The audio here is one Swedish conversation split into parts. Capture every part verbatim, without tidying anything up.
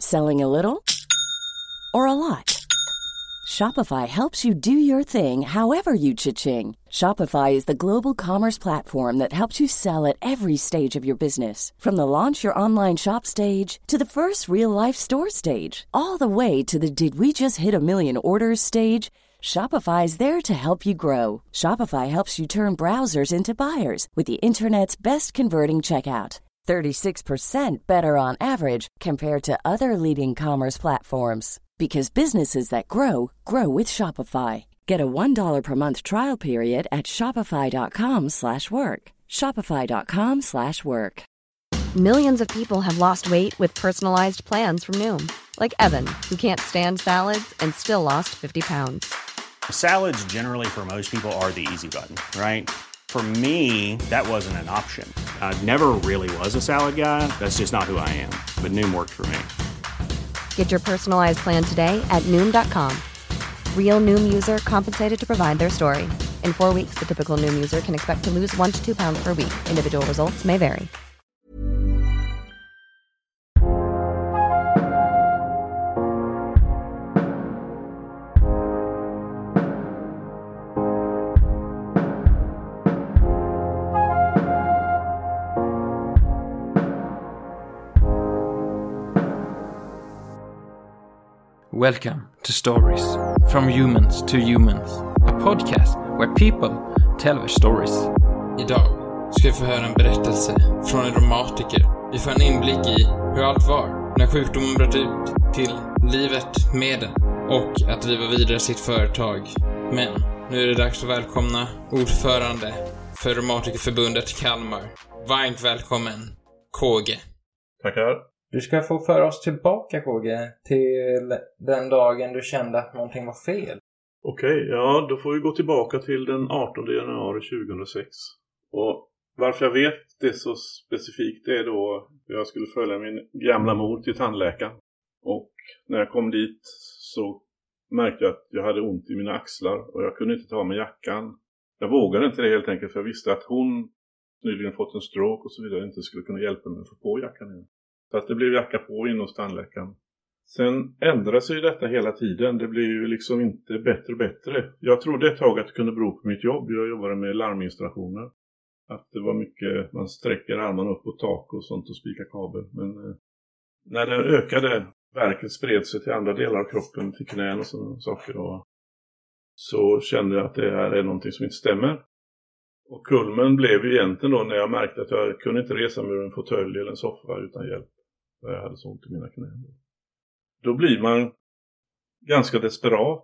Selling a little or a lot? Shopify helps you do your thing however you cha-ching. Shopify is the global commerce platform that helps you sell at every stage of your business. From the launch your online shop stage to the first real-life store stage, all the way to the did we just hit a million orders stage. Shopify is there to help you grow. Shopify helps you turn browsers into buyers with the internet's best converting checkout. thirty-six percent better on average compared to other leading commerce platforms. Because businesses that grow, grow with Shopify. Get a one dollar per month trial period at shopify.com slash work. Shopify.com slash work. Millions of people have lost weight with personalized plans from Noom. Like Evan, who can't stand salads and still lost fifty pounds. Salads generally for most people are the easy button, right? For me, that wasn't an option. I never really was a salad guy. That's just not who I am. But Noom worked for me. Get your personalized plan today at Noom dot com. Real Noom user compensated to provide their story. In four weeks, the typical Noom user can expect to lose one to two pounds per week. Individual results may vary. Welcome to Stories from Humans to Humans, a podcast where people tell their stories. Idag ska vi få höra en berättelse från en reumatiker. Vi får en inblick i hur allt var när sjukdomen bröt ut, till livet med den och att driva vidare sitt företag. Men nu är det dags att välkomna ordförande för Reumatikerförbundet Kalmar. Varmt välkommen, K G. Tackar. Du ska få föra oss tillbaka, K G, till den dagen du kände att någonting var fel. Okej, okay, ja då får vi gå tillbaka till den artonde januari tjugohundrasex. Och varför jag vet det så specifikt det är då jag skulle följa min gamla mor till tandläkaren. Och när jag kom dit så märkte jag att jag hade ont i mina axlar och jag kunde inte ta med jackan. Jag vågade inte det helt enkelt för jag visste att hon nyligen fått en stroke och så vidare inte skulle kunna hjälpa mig att få på jackan igen. Så att det blev jacka på in hos tandläkaren. Sen ändrar sig ju detta hela tiden. Det blir ju liksom inte bättre och bättre. Jag trodde ett tag att det kunde bero på mitt jobb. Jag jobbade med larminstallationer. Att det var mycket, man sträcker armarna upp på tak och sånt och spikar kabel. Men eh, när det ökade, verket spred sig till andra delar av kroppen, till knän och sådana saker. Och, så kände jag att det här är någonting som inte stämmer. Och kulmen blev ju egentligen då när jag märkte att jag kunde inte resa mig ur en fåtölj eller en soffa utan hjälp. Jag hade så ont i mina knän. Då blir man ganska desperat.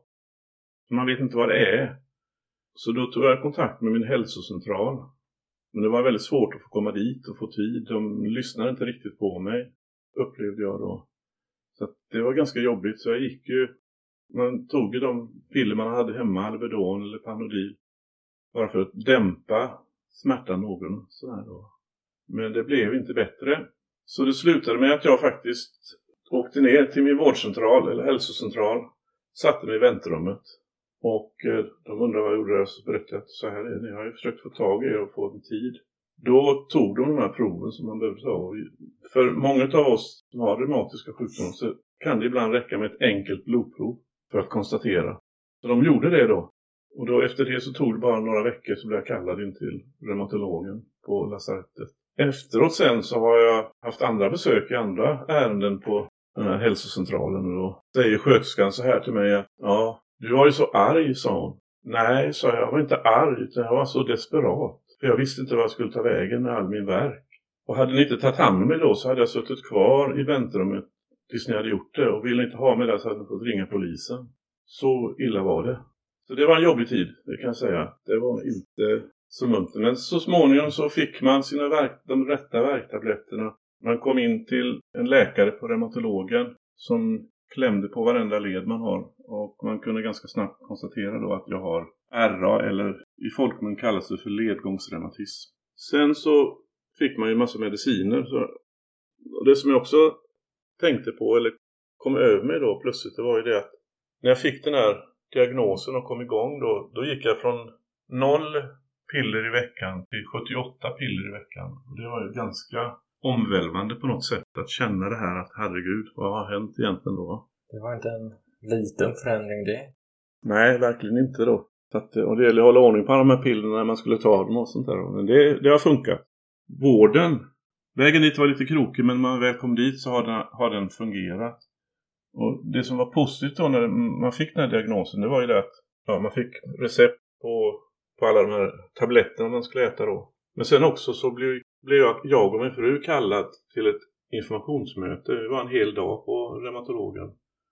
Man vet inte vad det är. Så då tog jag kontakt med min hälsocentral. Men det var väldigt svårt att få komma dit och få tid. De lyssnade inte riktigt på mig, upplevde jag då. Så att det var ganska jobbigt. Så jag gick ju, man tog ju de piller man hade hemma, Alvedon eller Panodil. Bara för att dämpa smärtan någon. Sådär då. Men det blev inte bättre. Så det slutade med att jag faktiskt åkte ner till min vårdcentral eller hälsocentral. Satte mig i väntrummet. Och eh, de undrade vad jag gjorde. Så berättade jag att så här är det. Jag har ju försökt få tag i och få en tid. Då tog de de här proven som man behövde ta. För många av oss som har reumatiska sjukdomar så kan det ibland räcka med ett enkelt blodprov för att konstatera. Så de gjorde det då. Och då efter det så tog det bara några veckor så blev jag kallad in till reumatologen på lasarettet. Efteråt sen så har jag haft andra besök i andra ärenden på den här hälsocentralen. Och då säger sköterskan så här till mig att ja, du var ju så arg, sa hon. Nej, sa jag, jag var inte arg utan jag var så desperat. För jag visste inte vad jag skulle ta vägen med all min verk. Och hade ni inte tagit hand om mig då så hade jag suttit kvar i väntrummet tills ni hade gjort det. Och ville inte ha mig där så hade ni fått ringa polisen. Så illa var det. Så det var en jobbig tid, det kan jag säga. Det var inte så munter. Men så småningom så fick man sina verk, de rätta värktabletterna. Man kom in till en läkare på reumatologen som klämde på varenda led man har. Och man kunde ganska snabbt konstatera då att jag har R A eller i folkmun kallas det för ledgångsreumatism. Sen så fick man ju massa mediciner. Så, och det som jag också tänkte på eller kom över mig då plötsligt det var ju det att när jag fick den här diagnosen och kom igång då, då gick jag från noll piller i veckan till sjuttioåtta piller i veckan. Och det var ju ganska omvälvande på något sätt att känna det här att herregud, vad har hänt egentligen då? Det var inte en liten förändring det. Nej, verkligen inte då. Så att, och det gäller att hålla ordning på de här pillerna när man skulle ta dem och sånt där. Men det, det har funkat. Vården, vägen dit var lite krokig, men när man väl kom dit så har den, har den fungerat. Och det som var positivt då när man fick den här diagnosen, det var ju det att ja, man fick recept på, på alla de här tabletterna man skulle äta då. Men sen också så blev, blev jag, jag och min fru kallad till ett informationsmöte. Det var en hel dag på reumatologen.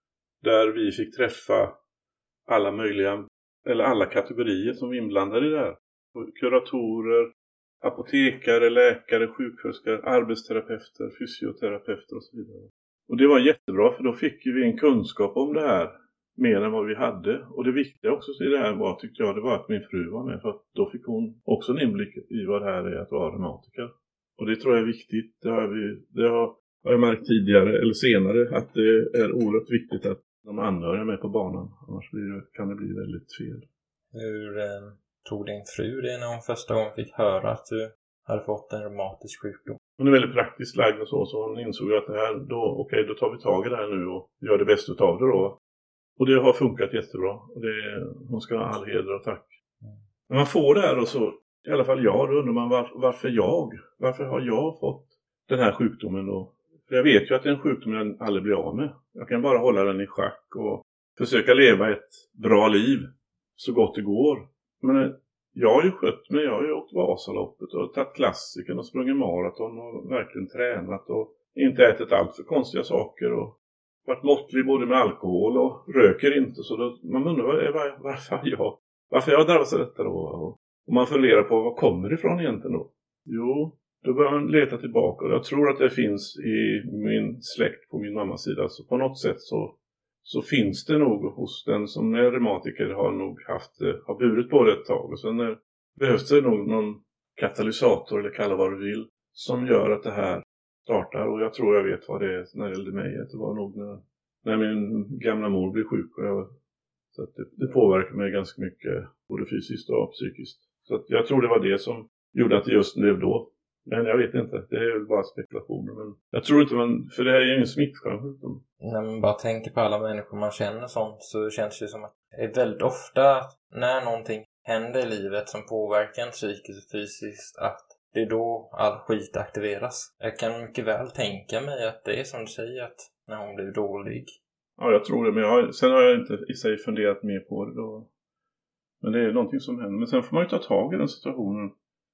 Där vi fick träffa alla möjliga, eller alla kategorier som var inblandade i det här. Kuratorer, apotekare, läkare, sjuksköterskor, arbetsterapeuter, fysioterapeuter och så vidare. Och det var jättebra, för då fick vi en kunskap om det här mer än vad vi hade. Och det viktiga också i det här var, tyckte jag, det var att min fru var med. För att då fick hon också en inblick i vad det här är att vara reumatiker. Och det tror jag är viktigt. Det har, vi, det har jag märkt tidigare eller senare att det är oerhört viktigt att de anhöriga är med på banan. Annars blir det, kan det bli väldigt fel. Hur eh, tog din fru det när hon första gången fick höra att du hade fått en reumatisk sjukdom? Hon är väldigt praktiskt lagd och så, så hon insåg att det här, då, okej, då tar vi tag i det här nu och gör det bästa av det då. Och det har funkat jättebra. Och det, hon ska ha all heder och tack. Mm. När man får det här och så, i alla fall jag, då undrar man var, varför jag? Varför har jag fått den här sjukdomen då? För jag vet ju att det är en sjukdom jag aldrig blir av med. Jag kan bara hålla den i schack och försöka leva ett bra liv så gott det går. Men jag har ju skött mig, jag har ju åkt Vasaloppet och tagit klassiken och sprungit maraton och verkligen tränat och inte ätit allt för konstiga saker och varit måttlig både med alkohol och röker inte. Så då, man undrar var, var, varför jag varför jag drabbas av detta då. Och, och man funderar på vad kommer det ifrån egentligen då? Jo, då börjar man leta tillbaka och jag tror att det finns i min släkt på min mammas sida. Så på något sätt så, så finns det nog hos den som är reumatiker har nog haft, har burit på det ett tag. Och sen är, behövs det nog någon katalysator eller kalla vad du vill som gör att det här startar. Och jag tror jag vet vad det är när det gällde mig. Det var nog när, när min gamla mor blev sjuk. Och jag, så att det, det påverkar mig ganska mycket både fysiskt och psykiskt. Så att jag tror det var det som gjorde att det just blev då. Men jag vet inte, det är ju bara spekulationer. Men jag tror inte man, för det här är ju en smittsjukdom. När man bara tänker på alla människor man känner sånt så känns det som att det är väldigt ofta när någonting händer i livet som påverkar en psykiskt och fysiskt att det är då all skit aktiveras. Jag kan mycket väl tänka mig att det är som du säger att när hon blir dålig. Ja, jag tror det, men jag har, sen har jag inte i sig funderat mer på det då. Men det är någonting som händer. Men sen får man ju ta tag i den situationen.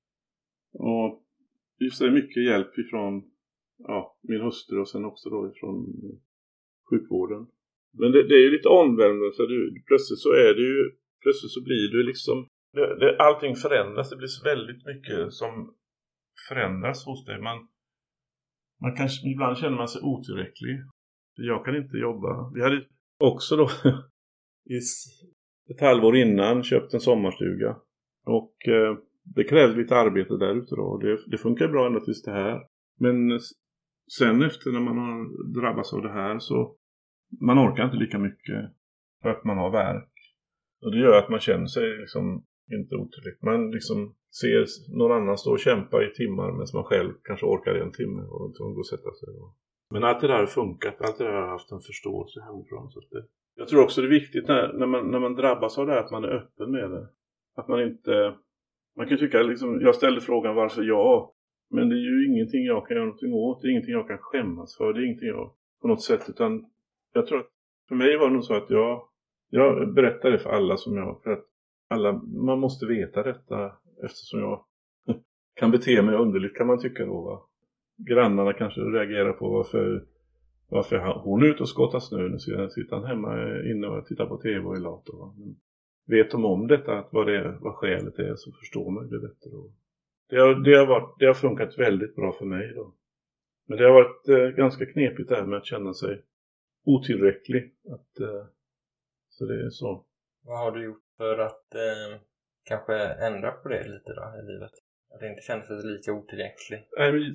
Och just det är mycket hjälp ifrån ja, min hustru och sen också då ifrån sjukvården. Men det, det är ju lite omvälvande för du, plötsligt så är det ju, plötsligt så blir det liksom, det, det, allting förändras, det blir så väldigt mycket som förändras hos dig. Man, man kanske, ibland känner man sig otillräcklig. Jag kan inte jobba. Vi hade också då i ett halvår innan köpt en sommarstuga och eh, det krävde lite arbete där ute då. Det, det funkar bra ända tills det här. Men sen efter när man har drabbats av det här så man orkar inte lika mycket för att man har värk. Och det gör att man känner sig liksom inte otillräcklig. Man liksom ser någon annan stå och kämpa i timmar medan man själv kanske orkar en timme och inte går och sätta sig. Men allt det där har funkat. Allt det där har haft en förståelse hemifrån. Så det, jag tror också det är viktigt när, när, man, när man drabbas av det här att man är öppen med det. Att man inte... Man kan tycka liksom, jag ställde frågan varför jag, men det är ju ingenting jag kan göra någonting åt, det är ingenting jag kan skämmas för, det är ingenting jag på något sätt, utan jag tror att för mig var det nog så att jag, jag berättar det för alla som jag, för att alla, man måste veta detta eftersom jag kan bete mig underligt kan man tycka då va. Grannarna kanske reagerar på varför, varför hon är ute och skottar snö, nu sitter han hemma inne och tittar på tv och är lat va. Men vet de om detta, att vad, det, vad skälet är, så förstår man det bättre då. Det har, det, har varit, det har funkat väldigt bra för mig då. Men det har varit eh, ganska knepigt där med att känna sig otillräcklig. Att, eh, så det är så. Vad har du gjort för att eh, kanske ändra på det lite då i livet? Att det inte känns lika otillräcklig? Nej, men,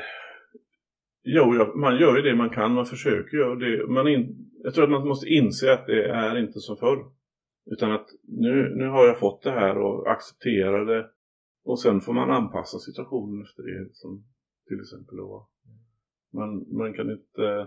jo, ja, man gör ju det man kan, man försöker göra det. Man in, jag tror att man måste inse att det är inte som förr. Utan att nu, nu har jag fått det här och accepterar det. Och sen får man anpassa situationen efter det. Som, till exempel då. Man, man kan inte,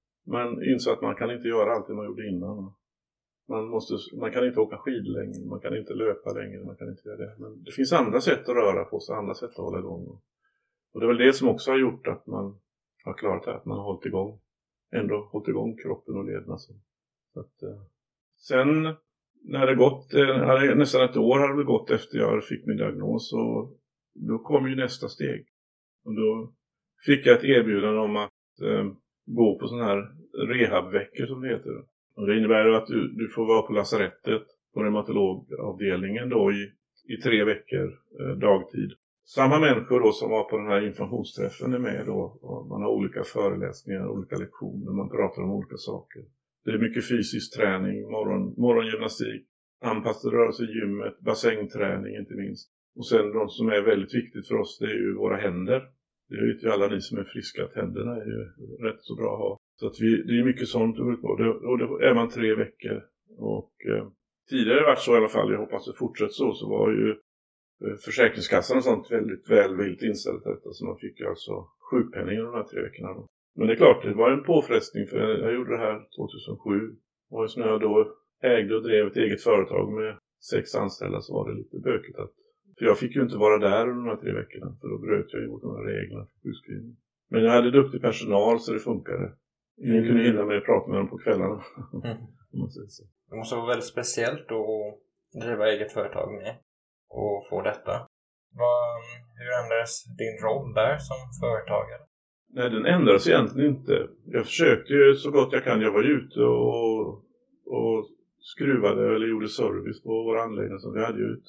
man inser att man kan inte göra allt det man gjorde innan. Man, måste, man kan inte åka skidor längre, man kan inte löpa längre, man kan inte göra det. Men det finns andra sätt att röra på sig, andra sätt att hålla igång. Och det är väl det som också har gjort att man har klarat det, att man har hållit igång. Ändå hållit igång kroppen och lederna. Så att, eh. Sen när det gått, eh, nästan ett år hade det gått efter jag fick min diagnos, och då kom ju nästa steg. Och då fick jag ett erbjudande om att eh, gå på sån här rehabveckor som det heter. Och det innebär att du, du får vara på lasarettet på reumatologavdelningen då i, i tre veckor eh, dagtid. Samma människor då som var på den här informationsträffen är med då. Och man har olika föreläsningar, olika lektioner, man pratar om olika saker. Det är mycket fysisk träning, morgon, morgongymnastik, anpassad rörelse i gymmet, bassängträning inte minst. Och sen de som är väldigt viktigt för oss, det är ju våra händer. Det vet ju alla ni som är friska att händerna är ju rätt så bra att ha. Så att vi, det är mycket sånt och det, och det är man tre veckor. Och eh, tidigare har det varit så i alla fall, jag hoppas det fortsätter så, så var ju eh, Försäkringskassan och sånt väldigt välvilligt inställt detta. Så man fick ju alltså sjukpenning de här tre veckorna då. Men det är klart, det var en påfrestning för jag, jag gjorde det här tjugohundrasju. Och som jag då ägde och drev ett eget företag med sex anställda så var det lite bökigt att... För jag fick ju inte vara där under de här tre veckorna, för då bröt jag ju mot de här reglerna för sjukskrivning. Men jag hade duktig personal så det funkade. Ingen mm. kunde hinna med att prata med dem på kvällarna. Mm. Det måste vara väldigt speciellt att driva eget företag med och få detta. Vad, hur ändrades din roll där som företagare? Nej, den ändrades egentligen inte. Jag försökte ju så gott jag kan. Jag var ute och, och skruvade eller gjorde service på våra anläggningar som vi hade ut.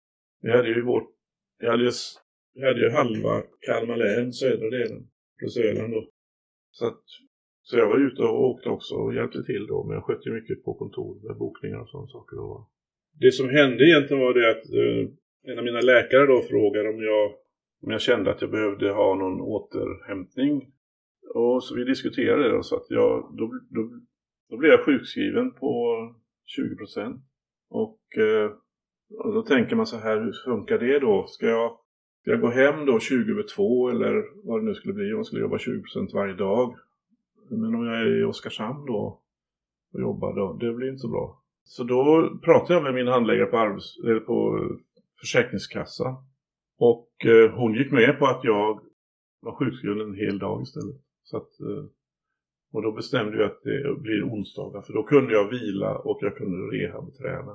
Vi hade ju vårt, vi hade ju, vi hade ju halva Kalmar län, södra delen, plus Öland då. Så, att, så jag var ute och åkte också och hjälpte till då, men jag skötte ju mycket på kontor med bokningar och sådana saker då. Det som hände egentligen var det att eh, en av mina läkare då frågade om jag, om jag kände att jag behövde ha någon återhämtning. Och så vi diskuterade det då, så att jag, då, då, då blev jag sjukskriven på tjugo procent. Och... Eh, Och då tänker man så här, hur funkar det då? Ska jag, ska jag gå hem då tjugo över två eller vad det nu skulle bli? Om jag skulle jobba tjugo procent varje dag. Men om jag är i Oskarshamn då och jobbar då, det blir inte så bra. Så då pratade jag med min handläggare på, arbets, eller på Försäkringskassan. Och eh, hon gick med på att jag var sjukskriven en hel dag istället. Så att, eh, och då bestämde jag att det blir onsdagar. För då kunde jag vila och jag kunde rehabträna.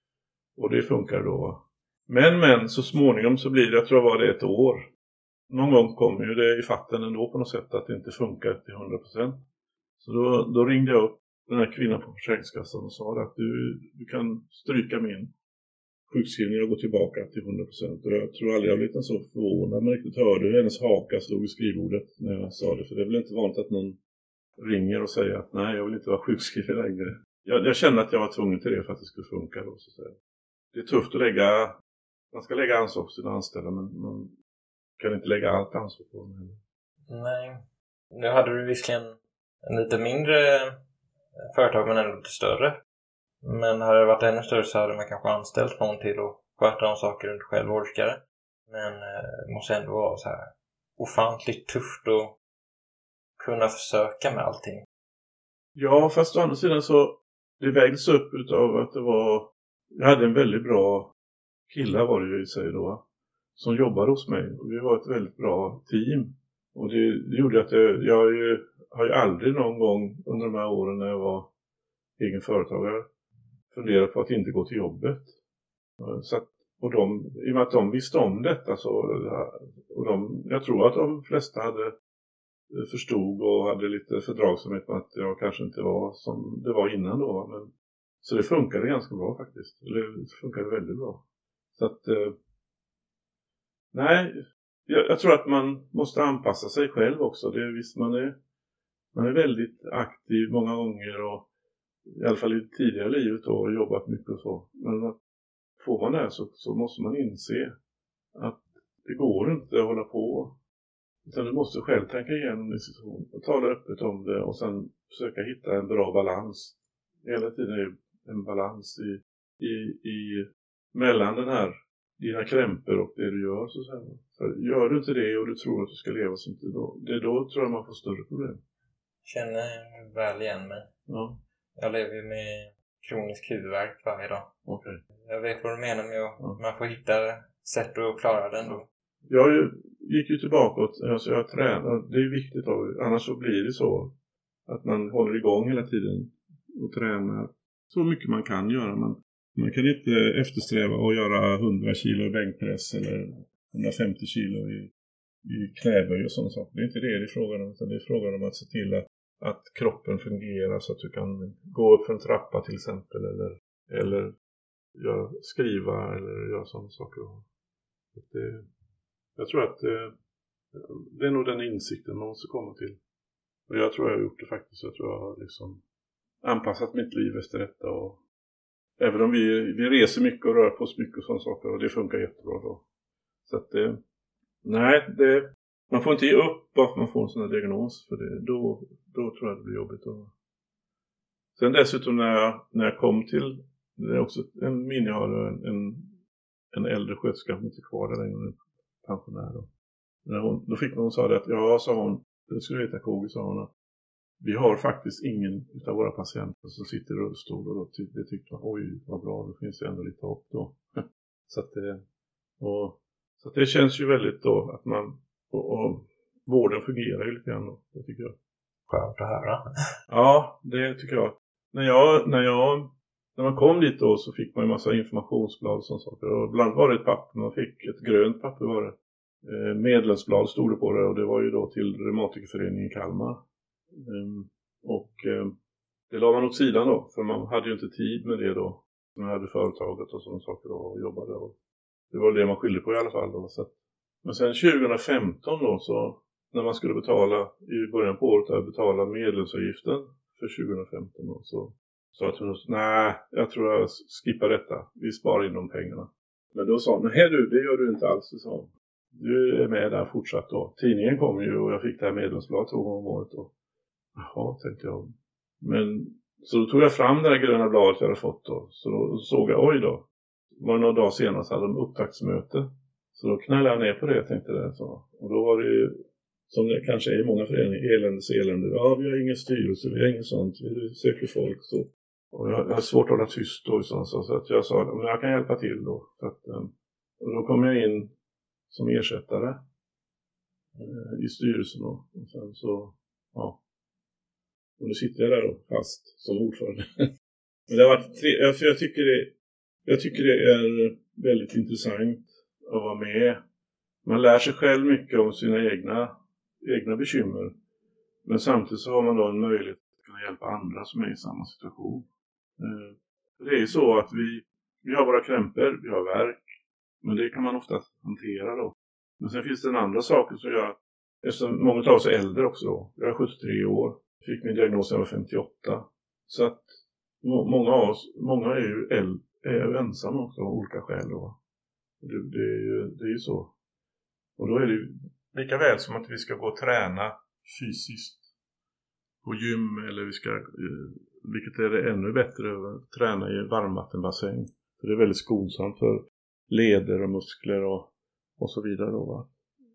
Och det funkar då. Men, men så småningom så blir det, jag tror det var det ett år. Någon gång kommer ju det i fatten ändå på något sätt att det inte funkar till hundra procent. Så då, då ringde jag upp den här kvinnan på Försäkringskassan och sa att du, du kan stryka min sjukskrivning och gå tillbaka till hundra procent. Och jag tror aldrig jag blivit så förvånad. Man riktigt hörde hur hennes haka slog i skrivbordet när jag sa det. För det är väl inte vanligt att någon ringer och säger att nej, jag vill inte vara sjukskriven längre. Jag, jag kände att jag var tvungen till det för att det skulle funka då, så att säga. Det är tufft att lägga, man ska lägga ansvar på sina anställda, men man kan inte lägga allt ansvar på dem. Nej, nu hade du visserligen en lite mindre företag men ändå lite större. Men hade det varit ännu större så hade man kanske anställt någon till att sköta de saker du inte själv orkade. Men det måste ändå vara så här ofantligt tufft att kunna försöka med allting. Ja, fast å andra sidan så det vägdes upp utav att det var, jag hade en väldigt bra kille var det ju i sig då, som jobbade hos mig. Och vi var ett väldigt bra team. Och det, det gjorde att jag, jag ju, har ju aldrig någon gång under de här åren när jag var egen företagare funderat på att inte gå till jobbet. Så att, och de, i och med att de visste om detta så, och de, jag tror att de flesta hade förstod och hade lite fördragsamhet med att jag kanske inte var som det var innan då. Men, så det funkade ganska bra faktiskt. Det funkade väldigt bra. Så att, eh, nej, jag, jag tror att man måste anpassa sig själv också. Det är visst, man är, man är väldigt aktiv många gånger och i alla fall i det tidigare livet då, och jobbat mycket och så. Men får man det så, så måste man inse att det går inte att hålla på. Utan du måste själv tänka igenom din situation och tala öppet om det och sen försöka hitta en bra balans. Hela tiden är det en balans i, i, i mellan den här, dina krämpor och det du gör. Så, Så gör du inte det och du tror att du ska leva som det då, det är då tror jag man får större problem. Känner väl igen mig. Ja. Jag lever ju med kronisk huvudvärk varje dag. Okay. Jag vet vad du menar med att ja. man får hitta sätt att klara den då. Jag gick ju tillbaka och alltså jag tränar. Det är viktigt då. Annars så blir det så att man håller igång hela tiden och tränar så mycket man kan göra. Man, man kan inte eftersträva att göra hundra kilo bänkpress eller hundrafemtio kilo i, i knäböj och sådana saker. Det är inte det det är frågan om. Utan det är frågan om att se till att, att kroppen fungerar så att du kan gå upp för en trappa till exempel. Eller, eller göra, skriva eller göra sådana saker. Det, jag tror att det, det är nog den insikten man måste komma till. Och jag tror jag har gjort det faktiskt. Jag tror jag har liksom anpassat mitt liv efter detta. Och även om vi, vi reser mycket och rör på oss mycket och sådana saker. Och det funkar jättebra då. Så att det, nej, det, man får inte ge upp bara för man får en sån här diagnos. För det, då, då tror jag det blir jobbigt. Och sen dessutom när jag, när jag kom till, det är också en minne jag har, en, en, en äldre sköterska som inte är kvar där längre, pensionär då. När hon, då fick man, hon sa det att, ja, sa hon, det skulle veta K G, sa hon, att vi har faktiskt ingen utav våra patienter som sitter i rullstol. Och då ty, det tyckte man, oj vad bra, det finns ju ändå lite hopp då. Så att det, och, så att det känns ju väldigt då att man, och, och vården fungerar ju lite grann då, det tycker jag. Skönt att höra. Ja, det tycker jag. När jag, när jag, när man kom dit då så fick man ju massa informationsblad och sånt saker. Och bland var det ett papper, man fick ett grönt papper var det. Eh, medlemsblad stod det på det och det var ju då till Reumatikerföreningen i Kalmar. Um, och um, det la man åt sidan då, för man hade ju inte tid med det då. Man hade företaget och sådana saker då och jobbade. Och det var det man skyllde på i alla fall då. Så. Men sen tjugohundrafemton då, så när man skulle betala i början på året, att betala medlemsavgiften för tjugohundrafemton då, så sa att hon, nej, jag tror jag skippar detta. Vi sparar in de pengarna. Men då sa hon, nej du, det gör du inte alls, sa hon. Du är med där fortsatt då. Tidningen kom ju och jag fick det här medlemsblad två gånger om året då. Jaha, tänkte jag. Men så då tog jag fram det här gröna bladet jag hade fått då. Så då såg jag, oj då. Var några dagar senare så hade de upptaktsmöte. Så då knallade jag ner på det, tänkte jag. Så. Och då var det ju, som det kanske är i många föreningar, eländes elände. Ja, vi har ingen styrelse, vi har inget sånt. Vi söker folk så. Och jag, jag har svårt att hålla tyst då. Så, så att jag sa, men jag kan hjälpa till då. Så att, och då kom jag in som ersättare eh, i styrelsen då. Och sen så, ja. Och nu sitter jag där då, fast som ordförande. Men det har varit tre, för jag tycker det, jag tycker det är väldigt intressant att vara med. Man lär sig själv mycket om sina egna, egna bekymmer. Men samtidigt så har man då en möjlighet att kunna hjälpa andra som är i samma situation. Eh, det är ju så att vi, vi har våra krämpor, vi har värk. Men det kan man ofta hantera då. Men sen finns det en andra saker som jag, eftersom många av oss är äldre också då. Jag är sjuttiotre år, fick min diagnos när jag var femtioåtta. Så att må, många av oss, många är ju, äldre, är ju ensamma också av olika skäl då. Det, det, är ju, det är ju så. Och då är det ju lika väl som att vi ska gå och träna fysiskt på gym eller vi ska, vilket är det ännu bättre, träna i varmvattenbassäng. För det är väldigt skonsamt för leder och muskler och, och så vidare då, va?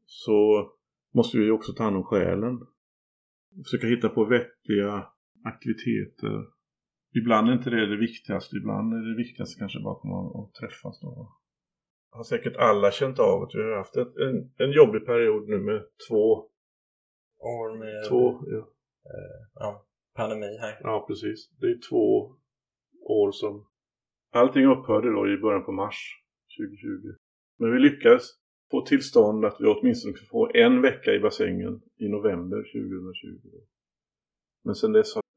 Så måste vi också ta hand om själen. Försöka hitta på vettiga aktiviteter. Ibland är inte det det viktigaste. Ibland är det viktigaste kanske bara att, att träffas då. Har säkert alla känt av att vi har haft ett, en, en jobbig period nu med två år med två, ja. Eh, ja, pandemi här. Ja, precis. Det är två år som allting upphörde då i början på mars tjugohundratjugo. Men vi lyckades få tillstånd att vi åtminstone får en vecka i bassängen i november tjugohundratjugo. Men sen dess har...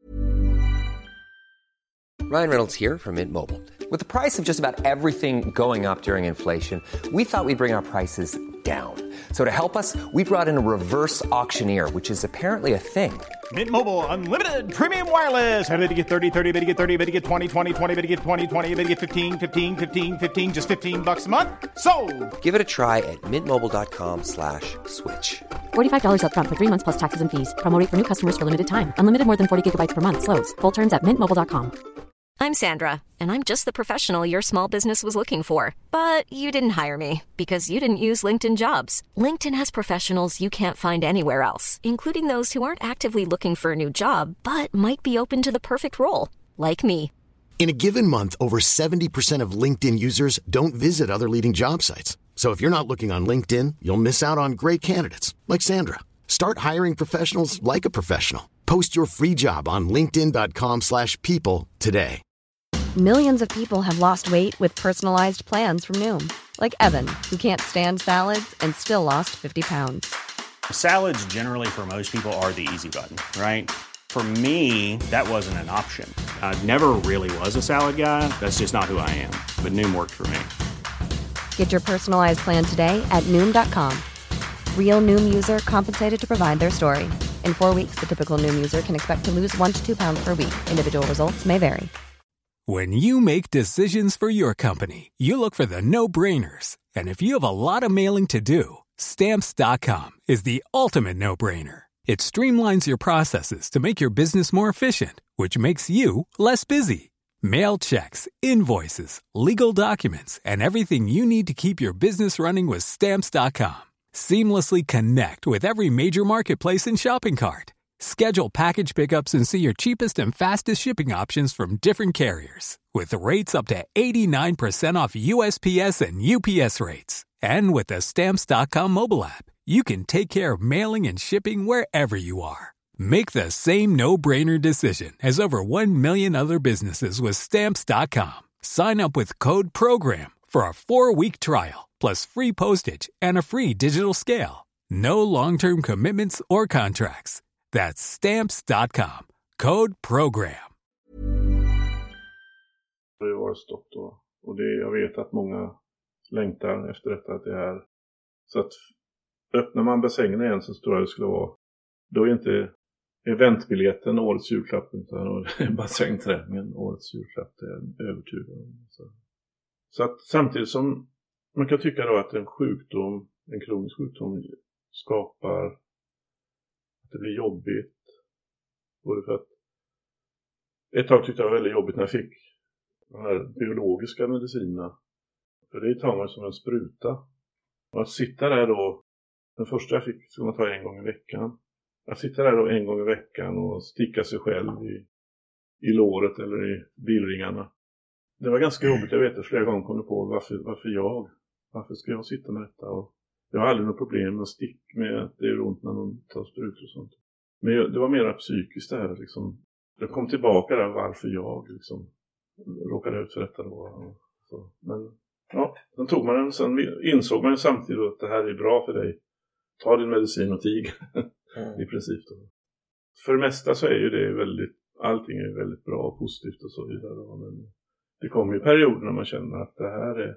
Ryan Reynolds here from Mint Mobile. With the price of just about everything going up during inflation, we thought we'd bring our prices down. So to help us, we brought in a reverse auctioneer, which is apparently a thing. Mint Mobile Unlimited Premium Wireless. How to get thirty, thirty, how to get thirty, how to get twenty, twenty, twenty, how to get twenty, twenty, how to get fifteen, fifteen, fifteen, fifteen, just fifteen bucks a month? Sold! Give it a try at mintmobile.com slash switch. forty-five dollars up front for three months plus taxes and fees. Promo rate for new customers for limited time. Unlimited more than forty gigabytes per month. Slows full terms at mint mobile dot com. I'm Sandra, and I'm just the professional your small business was looking for. But you didn't hire me because you didn't use LinkedIn Jobs. LinkedIn has professionals you can't find anywhere else, including those who aren't actively looking for a new job, but might be open to the perfect role, like me. In a given month, over seventy percent of LinkedIn users don't visit other leading job sites. So if you're not looking on LinkedIn, you'll miss out on great candidates like Sandra. Start hiring professionals like a professional. Post your free job on linkedin dot com slash people today. Millions of people have lost weight with personalized plans from Noom. Like Evan, who can't stand salads and still lost fifty pounds. Salads generally for most people are the easy button, right? For me, that wasn't an option. I never really was a salad guy. That's just not who I am. But Noom worked for me. Get your personalized plan today at Noom dot com. Real Noom user compensated to provide their story. In four weeks, the typical Noom user can expect to lose one to two pounds per week. Individual results may vary. When you make decisions for your company, you look for the no-brainers. And if you have a lot of mailing to do, Stamps dot com is the ultimate no-brainer. It streamlines your processes to make your business more efficient, which makes you less busy. Mail checks, invoices, legal documents, and everything you need to keep your business running with Stamps dot com. Seamlessly connect with every major marketplace and shopping cart. Schedule package pickups and see your cheapest and fastest shipping options from different carriers. With rates up to eighty-nine percent off U S P S and U P S rates. And with the Stamps dot com mobile app, you can take care of mailing and shipping wherever you are. Make the same no-brainer decision as over one million other businesses with Stamps dot com. Sign up with code PROGRAM for a four-week trial, plus free postage and a free digital scale. No long-term commitments or contracts. That's Stamps dot com. Code PROGRAM. Det har stått då. Och det, jag vet att många längtar efter detta, att det är så att öppnar man bassängen igen så tror jag det skulle vara, då är inte eventbiljetten årets julklapp, utan bassängträningen årets julklapp, det är en övertygad om. Så. så att samtidigt som man kan tycka då att en sjukdom, en kronisk sjukdom skapar att det blir jobbigt, både för att ett tag tyckte jag var väldigt jobbigt när jag fick de här biologiska medicinerna, för det tar man som en spruta. Och att sitta där då, den första jag fick skulle man ta en gång i veckan. Att sitta där då en gång i veckan och sticka sig själv i, i låret eller i bilringarna. Det var ganska jobbigt, jag vet det, flera gånger kom det på varför, varför jag, varför ska jag sitta med detta? Och jag har aldrig något problem med stick med att det är ont när man tar sprutor och sånt. Men jag, det var mer psykiskt det här liksom. Jag kom tillbaka där varför jag liksom råkade ut för detta då. Så, men ja, sen tog man den, sen insåg man ju samtidigt att det här är bra för dig. Ta din medicin och tig. Mm. I princip då. För det mesta så är ju det väldigt, allting är väldigt bra och positivt och så vidare då. Men det kommer ju perioder när man känner att det här är,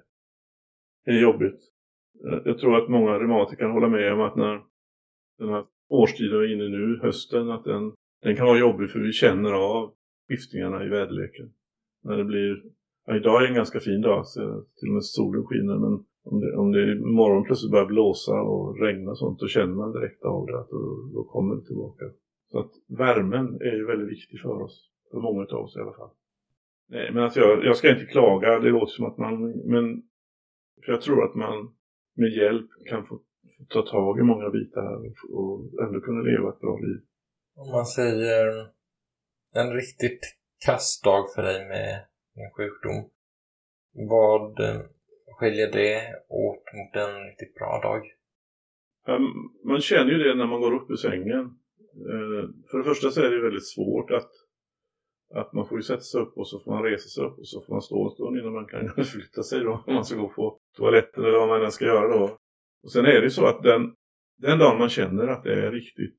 är jobbigt. Jag tror att många reumatiker kan hålla med om att när den här årstiden är inne nu, hösten, att den, den kan vara jobbig för vi känner av skiftningarna i väderleken. När det blir, ja, idag är en ganska fin dag, så till och med solen skiner, men om det, om det imorgon plötsligt börjar blåsa och regna och sånt, då känner man direkt av det, att då, då kommer det tillbaka. Så att värmen är ju väldigt viktig för oss, för många av oss i alla fall. Nej, men att jag, jag ska inte klaga, det låter som att man, men för jag tror att man med hjälp kan få, få ta tag i många bitar här och, och ändå kunna leva ett bra liv. Om man säger en riktigt kastdag för dig med en sjukdom, vad skiljer det åt mot en riktigt bra dag? Um, man känner ju det när man går upp ur sängen. Uh, för det första så är det väldigt svårt att att man får ju sätta sig upp och så får man resa sig upp och så får man stå en stund innan man kan flytta sig då, om man ska gå på toaletten eller vad man än ska göra då. Och sen är det ju så att den, den dagen man känner att det är riktigt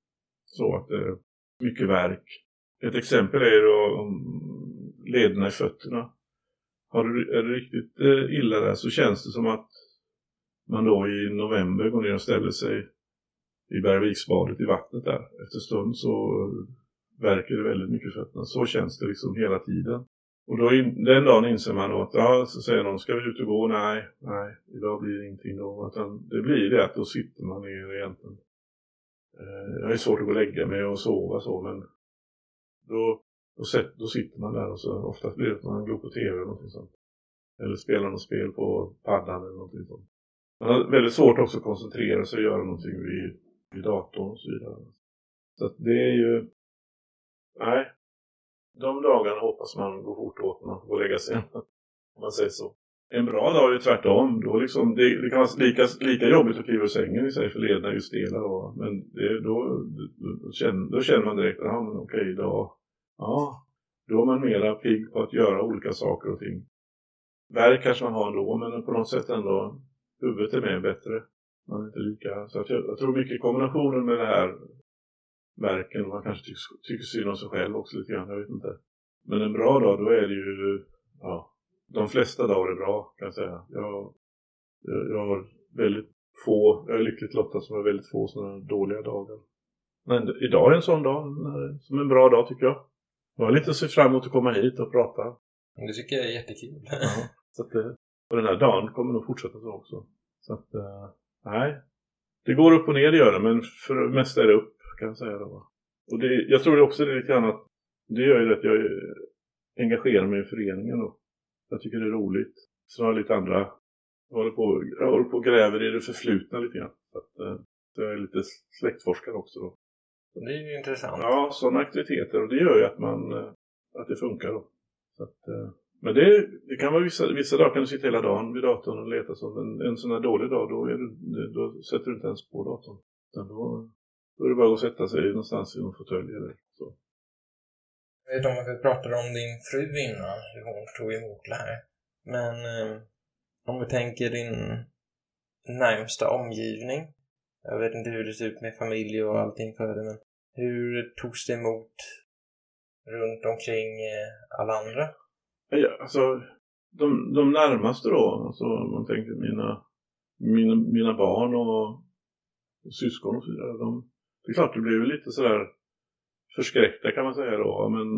så att det är mycket värk. Ett exempel är då um, lederna i fötterna. Har du, är det riktigt eh, illa där så känns det som att man då i november går ner och ställer sig i Bergviksbadet i vattnet där. Efter stund så verkar det väldigt mycket i fötterna. Så känns det liksom hela tiden. Och då in, den dagen inser man då att ja, så säger någon, ska vi ut och gå? Nej, nej, idag blir det ingenting då. Utan det blir det att då sitter man ner egentligen. Eh, jag är svårt att gå och lägga mig och sova så, men då då, set, då sitter man där och så oftast blir det att man går på tv eller någonting sånt. Eller spelar något spel på paddan eller någonting sånt. Man har väldigt svårt också att koncentrera sig och göra någonting vid, vid datorn och så vidare. Så att det är ju... Nej. De dagarna hoppas man går fort åt när man får lägga sig. Om man säger så. En bra dag är ju tvärtom. Då liksom, det, det kan vara lika, lika jobbigt att kliva ur sängen i sig för lederna är ju stela. Då. Men det, då, då, då, känner, då känner man direkt att ja, men okej, idag... Ja, då är man mera pigg på att göra olika saker och ting. Värk kanske man har ändå, men på något sätt ändå huvudet är mer bättre. Man är inte lika. Så jag, jag tror mycket kombinationen med det här verken, man kanske tycker, tycker synd om sig själv också lite grann, jag vet inte. Men en bra dag, då är det ju, ja, de flesta dagar är bra kan jag säga. Jag, jag, jag har väldigt få, jag är lyckligt lottad som har väldigt få sådana dåliga dagar. Men idag är en sån dag, som en bra dag tycker jag. Jag har lite sett fram emot att komma hit och prata. Det tycker jag är jättekul. Ja, så att det, och den här dagen kommer nog fortsätta så också. Så att, uh, nej. Det går upp och ner det gör det, men för det mesta är det upp kan jag säga då. Och det, jag tror det också det är lite grann att det gör ju att jag engagerar mig i föreningen då. Jag tycker det är roligt. Så har jag lite andra, jag håller på, jag håller på och gräver i det förflutna lite grann. Så att, uh, så jag är lite släktforskare också då. Det är ju intressant. Ja, sådana aktiviteter. Och det gör ju att man att det funkar då. Så att, men det, det kan vara vissa, vissa dagar kan du sitta hela dagen vid datorn och leta så. Men en sån här dålig dag, då, är du, då sätter du inte ens på datorn. Utan då, då är det bara att sätta sig någonstans i någon fåtölj eller så. Jag vet om att vi pratade om din fru innan, hur hon tog emot det här. Men eh, om vi tänker din närmsta omgivning. Jag vet inte hur det ser ut med familj och allting för det, men hur togs det emot runt omkring alla andra? Ja, alltså, de, de närmaste då, alltså man tänker mina, mina, mina barn och, och syskon och så vidare, de, det är klart det blev lite sådär förskräckta kan man säga då, men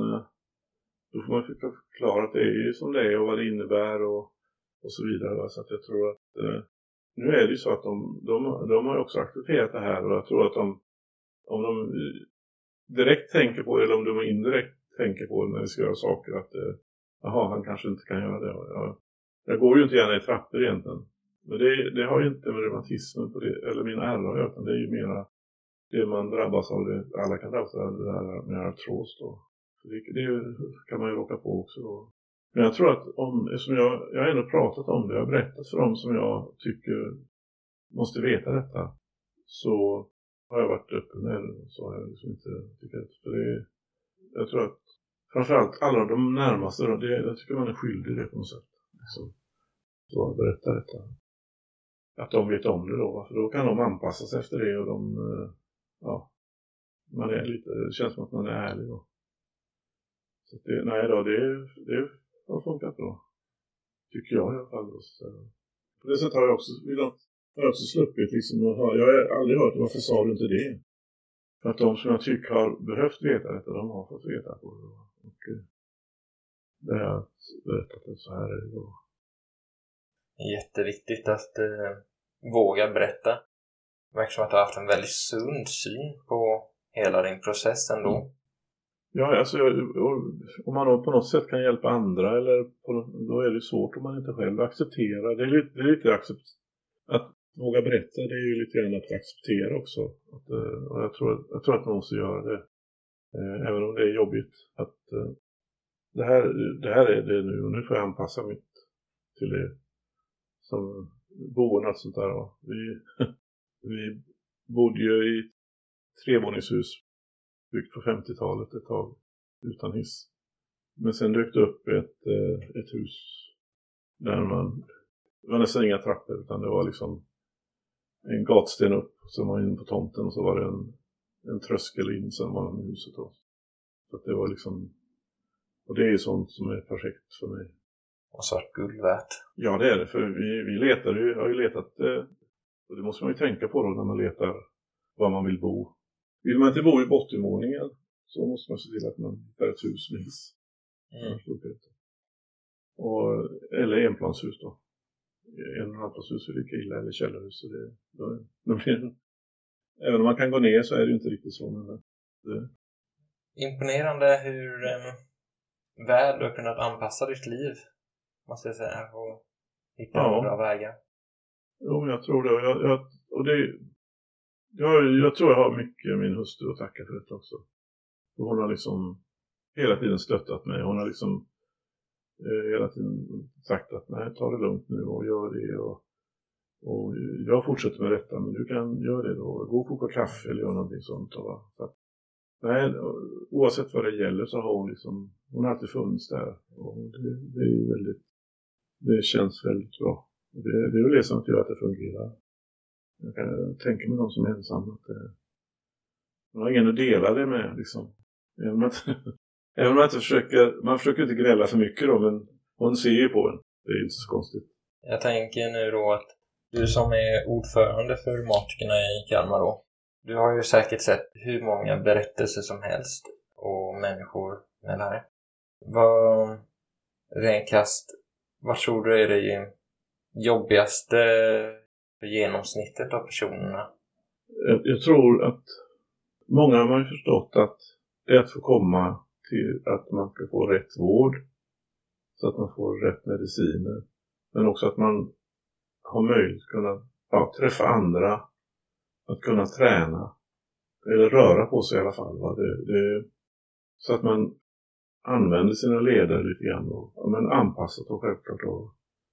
då får man förklara att det är som det är och vad det innebär och, och så vidare, så att jag tror att nu är det ju så att de, de, de har ju också accepterat det här och jag tror att de, om de direkt tänker på det eller om de indirekt tänker på det när vi ska göra saker att jaha, han kanske inte kan göra det. Jag, jag går ju inte gärna i trappor egentligen. Men det, det har ju inte med reumatismen på det, eller min ärr att göra, utan det är ju mera det man drabbas av, det, alla kan drabbas av det här med artros då. Så det, det kan man ju råka på också då. Men jag tror att om, eftersom jag, jag har ändå pratat om det, jag har berättat för dem som jag tycker måste veta detta, så har jag varit öppen med det. Så har jag liksom inte tyckt. För det, jag tror att framförallt alla de närmaste, då, det, jag tycker man är skyldig det på något sätt. Liksom. Så jag berättar detta. Att de vet om det då, för då kan de anpassa sig efter det och de, ja, man är lite, det känns som att man är ärlig då. Så det, nej då, det, det har funkat bra. Tycker jag i alla fall. Så. På det sättet har jag också, jag har också sluppit liksom, jag har aldrig hört varför sa du inte det. För att de som jag tycker har behövt veta detta, de har fått veta på det. Och det har jag berättat att så här är det då. Jätteviktigt att eh, våga berätta. Det verkar som att du har haft en väldigt sund syn på hela din process ändå. Mm. Ja, alltså om man då på något sätt kan hjälpa andra eller på, då är det svårt om man inte själv accepterar. Det är lite, det är lite accept, att våga berätta, det är ju lite grann att acceptera också. Att, och jag, tror, jag tror att man måste göra det. Eh, även om det är jobbigt. Att eh, det, här, det här är det nu och nu får jag anpassa mitt till det. Som boende och sånt där. Ja. Vi, vi bodde ju i trevåningshus byggt på femtiotalet ett tag utan hiss. Men sen dök det upp ett, ett hus där man, det var nästan inga trappor utan det var liksom en gatsten upp som var in på tomten och så var det en, en tröskel in sen var det huset då. Så att det var liksom, och det är ju sånt som är perfekt för mig. Och svart guld värt. Ja, det är det. För vi, vi letar ju, har ju letat, eh, och det måste man ju tänka på då när man letar var man vill bo. Vill man inte bo i bottenvåningen så måste man se till att man hittar ett hus med hiss. Mm. Och, eller enplanshus då. En enplanshus är lika illa, eller källarhus. Så det, då, då blir det, även om man kan gå ner så är det ju inte riktigt så. Men det, imponerande hur um, väl du har kunnat anpassa ditt liv, måste jag säga, och hitta Ja. bra vägar. Jo, men jag tror det. Jag, jag, och det jag, jag tror jag har mycket min hustru att tacka för det också. Och hon har liksom hela tiden stöttat mig. Hon har liksom eh, hela tiden sagt att nej, ta det lugnt nu och gör det. Och, och jag fortsätter med detta, men du kan göra det då. Gå och koka kaffe eller göra någonting sånt. Och, så att, nej, oavsett vad det gäller så har hon liksom, hon har alltid funnits där. Och det, det är väldigt, det känns väldigt bra. Det, det är väl det som gör att det fungerar. Jag kan tänka mig någon som är ensam att det, man har ingen att dela det med liksom. Även om, att, även om man inte försöker, man försöker inte grälla för mycket då, men hon ser ju på en. Det är inte så konstigt. Jag tänker nu då att du som är ordförande för reumatikerna i Kalmar då, du har ju säkert sett hur många berättelser som helst och människor med det här. Vad, renkast, vad tror du är det jobbigaste för genomsnittet av personerna? Jag, jag tror att många har ju förstått att det är att få komma till att man ska få rätt vård, så att man får rätt mediciner, men också att man har möjlighet att kunna ja, träffa andra, att kunna träna eller röra på sig i alla fall. Va? Det, det, så att man använder sina leder lite grann och ja, men anpassat och självklart. Och,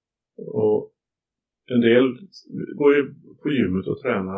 och en del går ju på gymmet och tränar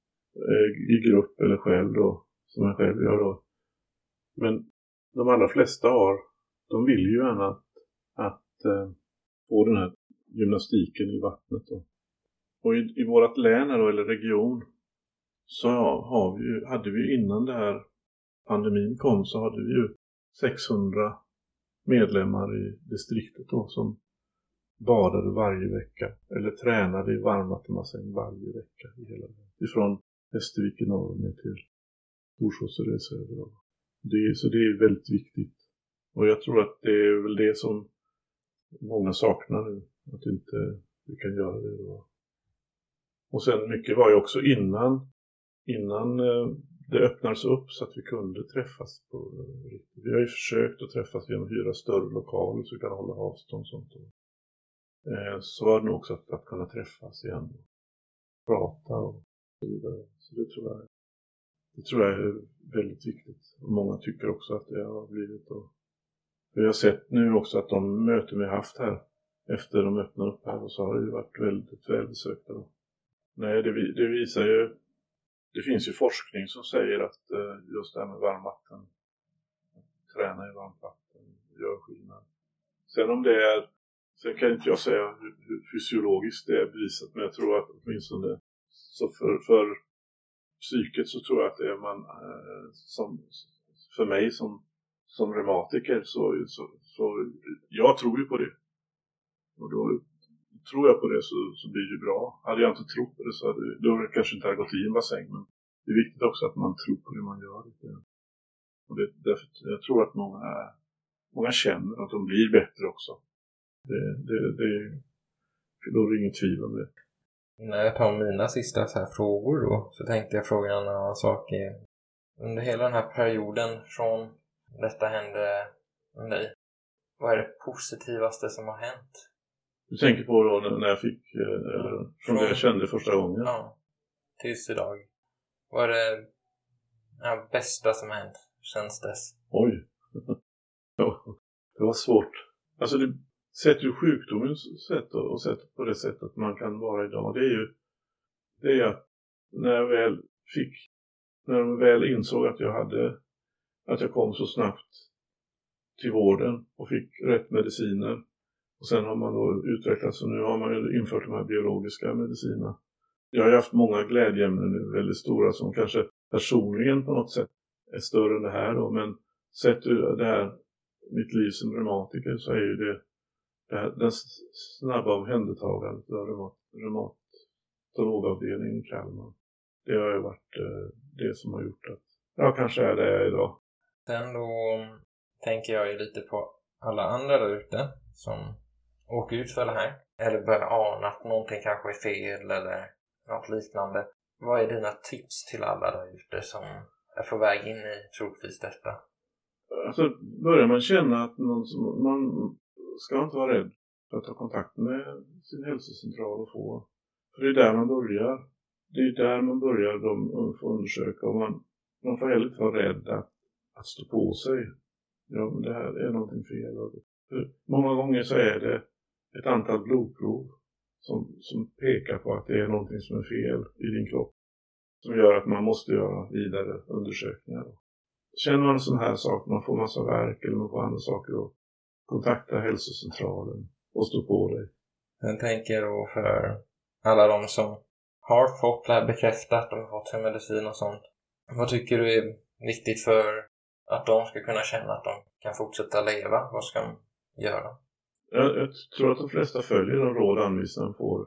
eh, i grupp eller själv då, som jag själv gör då. Men de allra flesta har, de vill ju gärna att, att eh, få den här gymnastiken i vattnet då. Och i, i vårt län då, eller region, så har vi ju, hade vi innan det här pandemin kom, så hade vi ju sexhundra medlemmar i distriktet då, som badade varje vecka eller tränade i varmvattenbassäng varje vecka i hela världen. Ifrån Västervik i norr ner till Torsås i söder. Det, så det är väldigt viktigt. Och jag tror att det är väl det som många saknar nu. Att inte vi kan göra det då. Och sen mycket var ju också innan, innan det öppnades upp så att vi kunde träffas på riktigt. Vi har ju försökt att träffas genom att hyra större lokaler så vi kan hålla avstånd och sånt. Så var det nog också att, att kunna träffas igen och prata och så vidare. Så det tror jag, det tror jag är väldigt viktigt. Och många tycker också att det har blivit. Och vi har sett nu också att de möten vi har haft här efter de öppnar upp här, och så har det ju varit väldigt välbesökta. Nej, det, det visar ju, det finns ju forskning som säger att just det här med varmvatten, träna i varmt vatten, gör skillnad. Sen om det är, sen kan inte jag säga hur, hur fysiologiskt det är bevisat, men jag tror att åtminstone så för, för psyket så tror jag att det är man, som, för mig som, som reumatiker så, så, så jag tror ju på det. Och då tror jag på det så, så blir det bra. Hade jag inte trott på det så hade då det kanske inte hade gått i en bassäng. Men det är viktigt också att man tror på det man gör. Och det, därför, jag tror att många, många känner att de blir bättre också. Det, det, det, då är det inget tvivel om det. När jag tar mina sista så här frågor då, så tänkte jag fråga en annan sak. Under hela den här perioden från detta hände med dig, vad är det positivaste som har hänt? Du tänker på då när jag fick, eller från, från det jag kände första gången? Ja, tills idag. Vad är det ja, bästa som har hänt känns dess? Oj, ja, det var svårt. Alltså det sätter ju sjukdomens sätt och sätt på det sättet man kan vara idag. Det är ju det är att när jag väl fick, när de väl insåg att jag hade, att jag kom så snabbt till vården och fick rätt mediciner. Och sen har man då utvecklats och nu har man ju infört de här biologiska medicinerna. Jag har haft många glädjeämnen nu, väldigt stora, som kanske personligen på något sätt är större än det här då. Men sett ur det här, mitt liv som reumatiker, så är ju det, det här, den snabba omhändertagandet av reumatologavdelningen i Kalmar. Det har ju varit eh, det som har gjort att jag kanske är det idag. Sen då tänker jag ju lite på alla andra där ute som åker ut för det här. Eller börjar ana att någonting kanske är fel eller något liknande. Vad är dina tips till alla där ute som är på väg in i troligtvis detta? alltså börjar man känna att någon som, man ska inte vara rädd för att ta kontakt med sin hälsocentral och få. För det är där man börjar. Det är där man börjar de få undersöka. Och man, man får heller inte vara rädd att, att stå på sig. Ja, men det här är någonting fel. För många gånger så är det ett antal blodprov som, som pekar på att det är någonting som är fel i din kropp. Som gör att man måste göra vidare undersökningar. Känner man en sån här sak, man får massa värk eller man får andra saker, och kontakta hälsocentralen och stå på dig. Jag tänker då för alla de som har fått det här bekräftat, de har fått sin medicin och sånt. Vad tycker du är viktigt för att de ska kunna känna att de kan fortsätta leva? Vad ska de göra? Jag, jag tror att de flesta följer de råd och anvisningar de får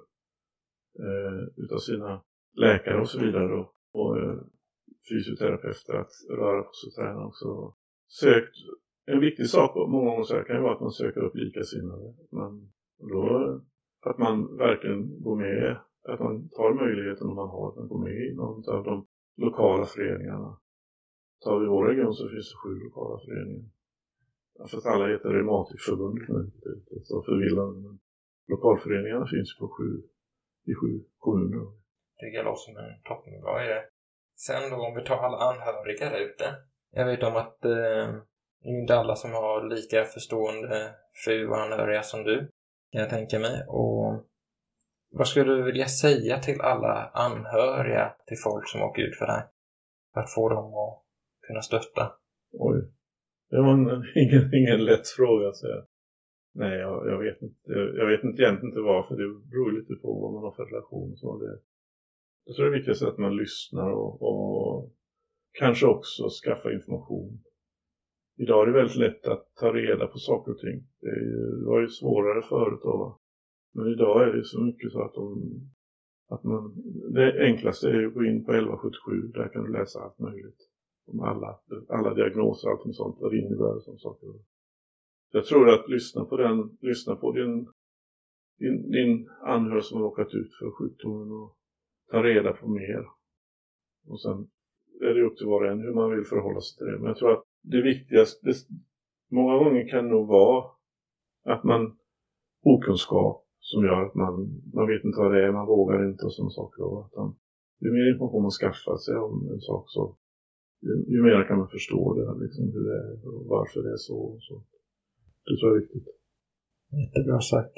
eh, utav sina läkare och så vidare, och, och eh, fysioterapeuter att röra på sig och träna också. Sökt, en viktig sak många gånger så kan ju vara att man söker upp likasinnade. Men då att man verkligen går med, att man tar möjligheten om man har att man går med i någon av de lokala föreningarna. Tar vi vår region så finns det sju lokala föreningar. För att alla heter Reumatikförbundet nu. Det är så förvillande. Men lokalföreningarna finns på sju, i sju kommuner. Det är låter som en toppenbra idé. Sen då om vi tar alla anhöriga där ute. Jag vet om att eh, det är inte alla som har lika förstående fru och anhöriga som du. Kan jag tänka mig. Och vad skulle du vilja säga till alla anhöriga till folk som åker ut för det här? För att få dem att kunna stötta. Oj. Det var en, ingen, ingen lätt fråga att säga. Nej, jag, jag vet inte. Jag, jag vet inte egentligen inte varför. Det beror lite på vad man har för relation. Så det, jag tror det är viktigt att man lyssnar och, och kanske också skaffa information. Idag är det väldigt lätt att ta reda på saker och ting. Det, är ju, det var ju svårare förut då. Men idag är det så mycket så att, de, att man, det enklaste är att gå in på elva sjuttiosju. Där kan du läsa allt möjligt. Om alla, alla diagnoser och allting sånt. Vad det innebär och sånt saker. Jag tror att lyssna på den, lyssna på din, din, din anhörig som har råkat ut för sjukdomen och ta reda på mer. Och sen är det upp till var och en hur man vill förhålla sig till det. Men jag tror att det viktigaste, det, många gånger kan nog vara att man okunskap som gör att man, man vet inte vad det är, man vågar inte och sådana saker. Och att man, ju mer information man skaffar sig om en sak så ju, ju mer kan man förstå det, liksom, hur det är och varför det är så. Och så. Det tror jag är viktigt. Jättebra sagt.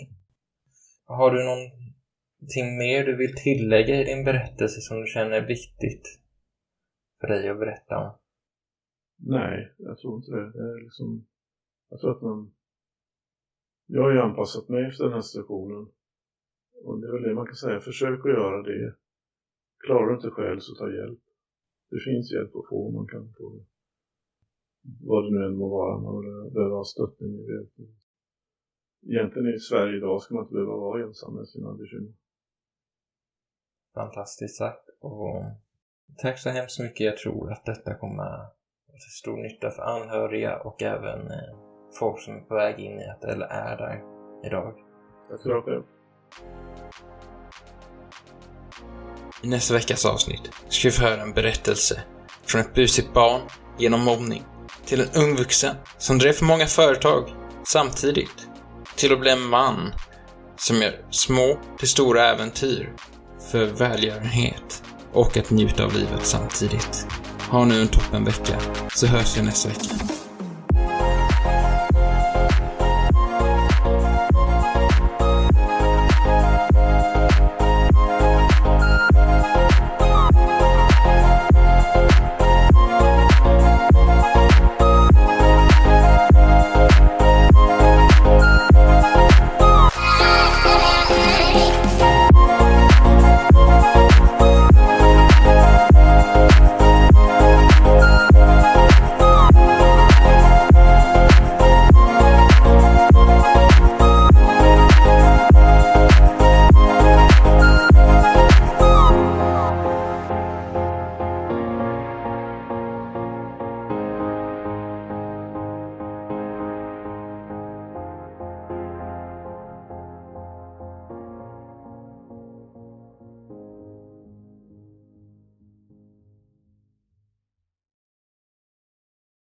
Har du någonting mer du vill tillägga i din berättelse som du känner är viktigt för dig att berätta om? Nej, jag tror inte det. Det är liksom, jag tror att man... Jag har ju anpassat mig efter den här situationen. Och det är väl det man kan säga. Försök att göra det. Klarar du inte själv så ta hjälp. Det finns hjälp att få. Man kan få det. Vad det nu än må vara. Man behöver ha stöttning i det. Egentligen i Sverige idag ska man inte behöva vara ensam med sina bekymmer. Fantastiskt sagt. Och tack så hemskt mycket. Jag tror att detta kommer till stor nytta för anhöriga och även eh, folk som är på väg in i att eller är där idag. Tack så mycket. I nästa veckas avsnitt ska vi få höra en berättelse från ett busigt barn genom mobbning till en ung vuxen som drev för många företag samtidigt till att bli en man som gör små till stora äventyr för välgörenhet och att njuta av livet samtidigt. Ha nu en toppen vecka så hörs vi nästa vecka.